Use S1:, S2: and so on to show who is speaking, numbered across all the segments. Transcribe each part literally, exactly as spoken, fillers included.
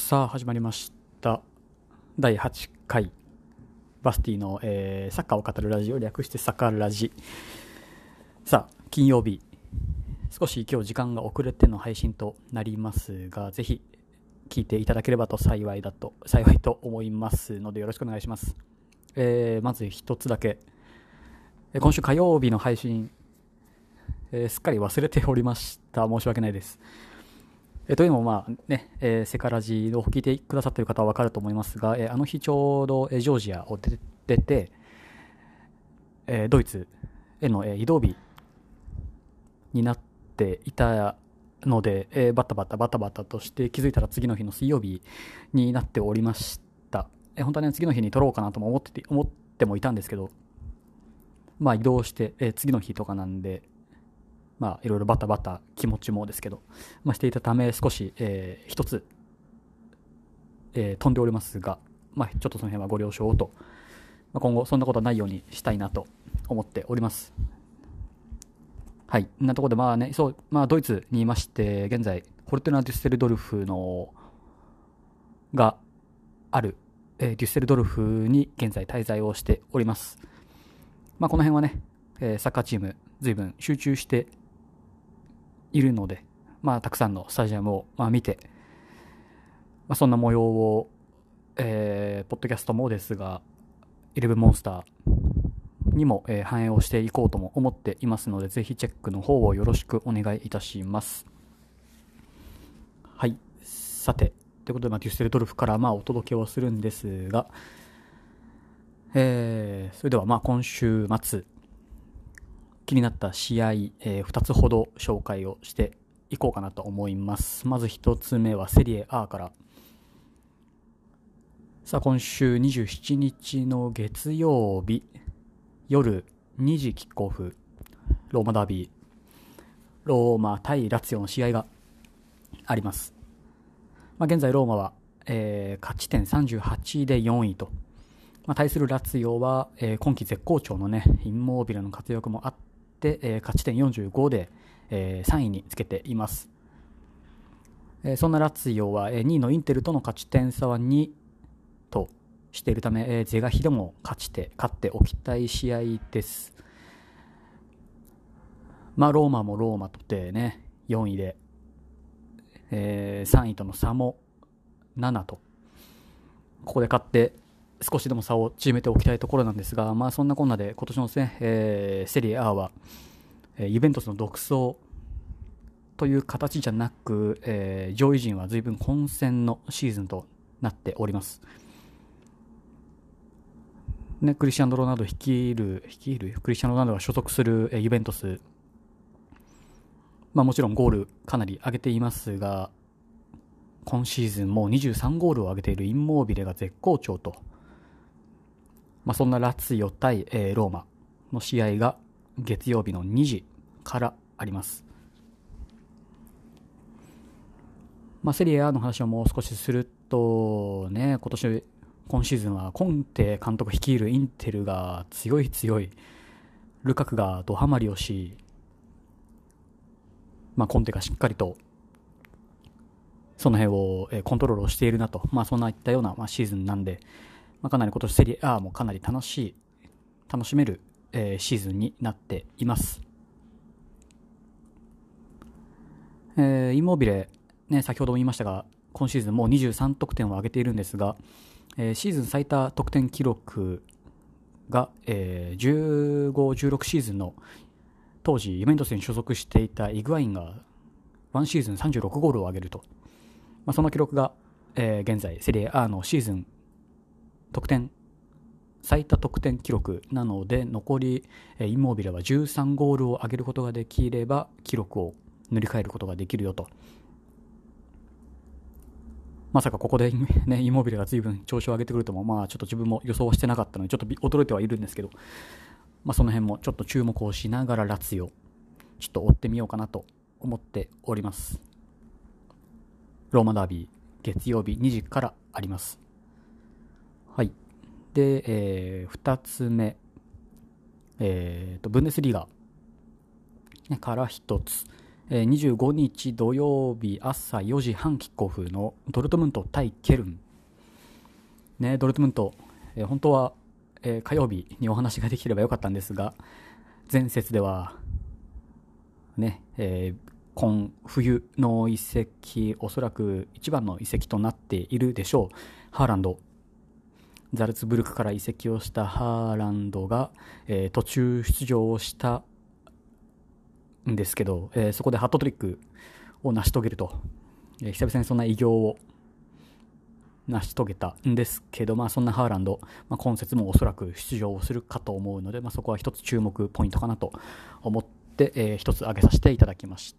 S1: さあ始まりましただいはちかいバスティの、えーサッカーを語るラジオ、略してサッカーラジ。さあ金曜日、少し今日時間が遅れての配信となりますが、ぜひ聞いていただければと幸いだと幸いと思いますのでよろしくお願いします。えーまず一つだけ、えー今週火曜日の配信、えーすっかり忘れておりました。申し訳ないです。えーというのも、まあね、えーセカラジを聞いてくださっている方は分かると思いますが、えーあの日ちょうど、えージョージアを出出て、えードイツへの、えー移動日になっていたので、えーバタバタバタバタとして気づいたら次の日の水曜日になっておりました。えー本当はね、次の日に撮ろうかなとも思ってて思ってもいたんですけど、まあ移動して、えー次の日とかなんで、まあいろいろバタバタ気持ちもですけど、まあ、していたため少し、えー一つ、えー飛んでおりますが、まあちょっとその辺はご了承をと、まあ、今後そんなことないようにしたいなと思っております。はい、んなところで、まあね、そう、まあドイツにいまして、現在フォルトゥナ・デュッセルドルフのがある、えーデュッセルドルフに現在滞在をしております。まあこの辺はね、えーサッカーチーム随分集中しているので、まあたくさんのスタジアムを、まあ、見て、まあ、そんな模様を、えーポッドキャストもですが、イレブンモンスターにも、えー反映をしていこうとも思っていますので、ぜひチェックの方をよろしくお願いいたします。はい、さて、ということで、まあ、デュッセルドルフからまあお届けをするんですが、えーそれではまあ今週末気になった試合、えーふたつほど紹介をしていこうかなと思います。まずひとつめはセリエ A から。さあ今週にじゅうしちにちの月曜日夜にじキックオフ、ローマダービー、ローマ対ラツィオの試合があります。まあ、現在ローマは、えー勝ち点さんじゅうはちでよんいと、まあ、対するラツィオは、えー今季絶好調のねインモービルの活躍もあって、えー勝ち点よんじゅうごで、えーさんいにつけています。えーそんなラツィオは、えーにいのインテルとの勝ち点差はにとしているため、えー、是が非でも勝ちて勝っておきたい試合です。まあローマもローマとてねよんいで、えーさんいとの差もななと、ここで勝って少しでも差を縮めておきたいところなんですが、まあそんなこんなで今年のですね、えーセリエ A は、えーユベントスの独走という形じゃなく、えー上位陣は随分混戦のシーズンとなっております。ね、クリスチャン・ロナウド率いる率いるクリスチャン・ロナウドが所属する、えーユベントス、まあ、もちろんゴールかなり上げていますが、今シーズンもうにじゅうさんゴールを上げているインモービレが絶好調と、まあ、そんなラツィオ対、えーローマの試合が月曜日のにじからあります。まあ、セリエ A の話をもう少しするとね、今年今シーズンはコンテ監督率いるインテルが強い強い、ルカクがドハマりをし、まあ、コンテがしっかりとその辺をコントロールをしているなと、まあ、そんないったようなシーズンなんで、まあ、かなり今年セリエ A もかなり楽しい楽しめるシーズンになっています。えー、インモービレ、ね、先ほども言いましたが今シーズンもうにじゅうさんとくてんを挙げているんですが、えー、シーズン最多得点記録が、えー、じゅうご、じゅうろくシーズンの当時ユベントスに所属していたイグアインがワンシーズンさんじゅうろくゴールを挙げると、まあ、その記録が、えー、現在セリエ A のシーズン得点最多得点記録なので、残り、えー、インモービレはじゅうさんゴールを挙げることができれば記録を塗り替えることができるよと。まさかここで、ね、インモービレが随分調子を上げてくるとも、まあ、ちょっと自分も予想はしてなかったのでちょっと驚いてはいるんですけど、まあ、その辺もちょっと注目をしながらラツィオちょっと追ってみようかなと思っております。ローマダービー月曜日にじからあります。はい。で、えー、ふたつめ、えー、とブンデスリーガからひとつ、 えーにじゅうごにち土曜日朝よじはんキックオフのドルトムント対ケルン。ね、ドルトムント、えー本当は、えー火曜日にお話ができればよかったんですが、前節では、ね、えー今冬の移籍、おそらく一番の移籍となっているでしょう。ハーランド。ザルツブルクから移籍をしたハーランドが、えー途中出場をしたんですけど、えーそこでハットトリックを成し遂げると、えー久々にそんな偉業を成し遂げたんですけど、まあ、そんなハーランド、まあ、今節もおそらく出場をするかと思うので、まあ、そこは一つ注目ポイントかなと思って、えー一つ挙げさせていただきました。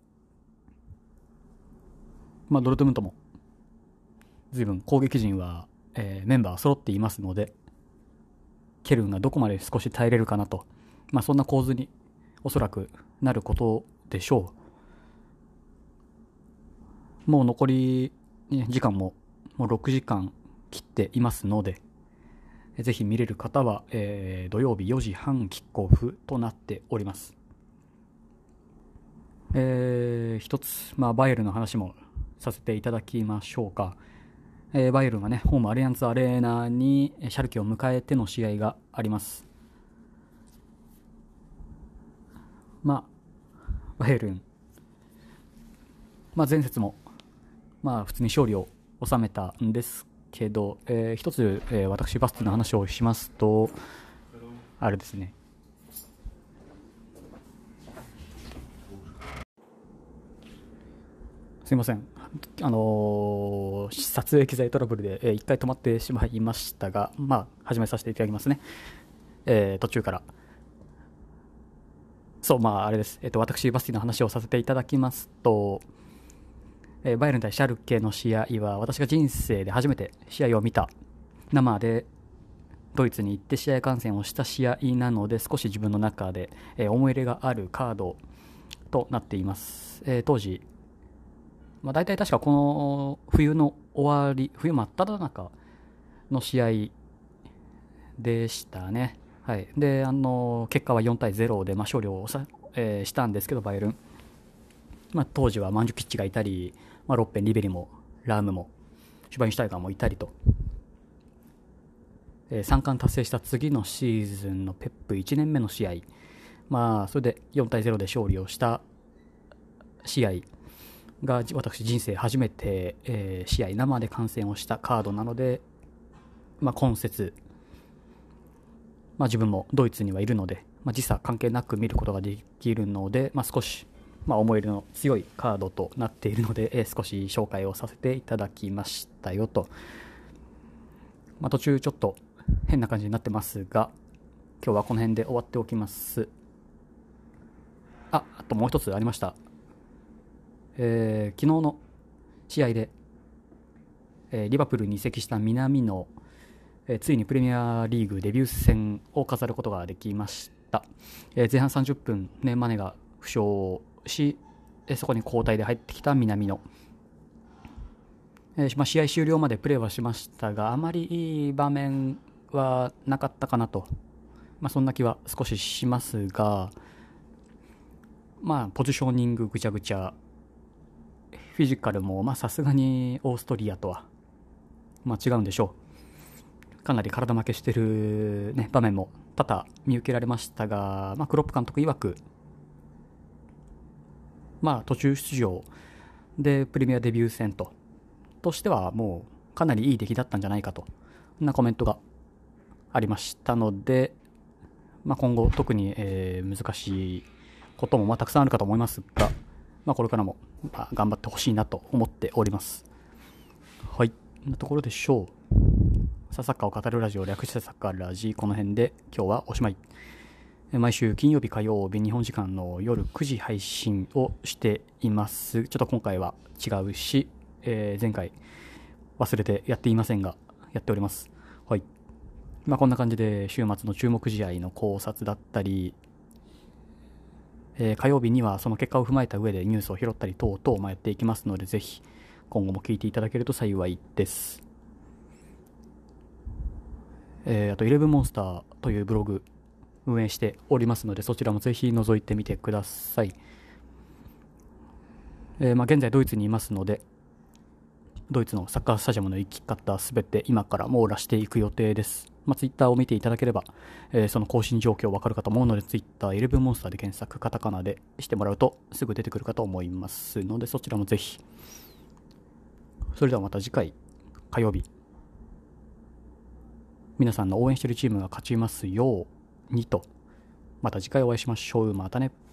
S1: まあ、ドルトムントも随分攻撃陣は、えーメンバー揃っていますので、ケルンがどこまで少し耐えれるかなと、まあ、そんな構図におそらくなることでしょう。もう残り、ね、時間ももうろくじかん切っていますので、ぜひ見れる方は、えー土曜日よじはんキックオフとなっております。えー一つ、まあ、バイエルンの話もさせていただきましょうか。えーバイエルンはね、ホームアリアンツアレーナにシャルケを迎えての試合があります。まあ、バイエルン、まあ、前節も、まあ、普通に勝利を収めたんですけど、えー一つ、えー私バスティの話をしますと、あれですね、すいません、あのー撮影機材トラブルで、えー一回止まってしまいましたが、まあ、始めさせていただきますね。えー途中から。そう、まあ、あれです。えっ、と、私、バスティの話をさせていただきますと、えーバイエルン対シャルケの試合は、私が人生で初めて試合を見た、生でドイツに行って試合観戦をした試合なので、少し自分の中で、えー思い入れがあるカードとなっています。えー当時、まあ、大体確かこの冬の終わり、冬真っ只中の試合でしたね。はい。で、あの、結果はよんたいゼロで、まあ、勝利をさ、えーしたんですけど、バイエルン。まあ、当時はマンジュキッチがいたり、まあ、ロッペン、リベリも、ラームも、シュバインシュタイガーもいたりと、えー、さん冠達成した次のシーズンのペップいちねんめの試合、まあ、それでよんたいゼロで勝利をした試合が、私人生初めて、えー試合生で観戦をしたカードなので、まあ、今節、まあ、自分もドイツにはいるので、まあ、時差関係なく見ることができるので、まあ、少し、まあ、思い入れの強いカードとなっているので、えー少し紹介をさせていただきましたよと。まあ、途中ちょっと変な感じになってますが、今日はこの辺で終わっておきます。あ、あともう一つありました。えー昨日の試合で、えーリバプールに移籍した南野、えーついにプレミアリーグデビュー戦を飾ることができました。えー前半さんじゅっぷん、ね、マネが負傷し、えーそこに交代で入ってきた南野、えーまあ、試合終了までプレーはしましたが、あまりいい場面はなかったかなと、まあ、そんな気は少ししますが、まあ、ポジショニングぐちゃぐちゃ、フィジカルもさすがにオーストリアとは、まあ、違うんでしょう。かなり体負けしてる、ね、場面も多々見受けられましたが、まあ、クロップ監督曰く、まあ、途中出場でプレミアデビュー戦ととしてはもうかなりいい出来だったんじゃないかと、そんなコメントがありましたので、まあ、今後特に、えー難しいこともまあたくさんあるかと思いますが、まあ、これからもまあ頑張ってほしいなと思っております。はい、こんなところでしょう。さあサッカーを語るラジオ、略してサッカーラジ、この辺で今日はおしまい。毎週金曜日火曜日日本時間の夜くじ配信をしています。ちょっと今回は違うし、えー前回忘れてやっていませんがやっております。はい。まあこんな感じで週末の注目試合の考察だったり、えー火曜日にはその結果を踏まえた上でニュースを拾ったり等々まあやっていきますので、ぜひ今後も聞いていただけると幸いです。えーあとイレブンモンスターというブログ運営しておりますので、そちらもぜひ覗いてみてください。 えーまあ、現在ドイツにいますので、ドイツのサッカースタジアムの行き方すべて今から網羅していく予定です。まあ、ツイッターを見ていただければ、えーその更新状況わかるかと思うので、ツイッターイレブンモンスターで検索、カタカナでしてもらうとすぐ出てくるかと思いますので、そちらもぜひ。それではまた次回火曜日、皆さんの応援しているチームが勝ちますようにと、また次回お会いしましょう。またね。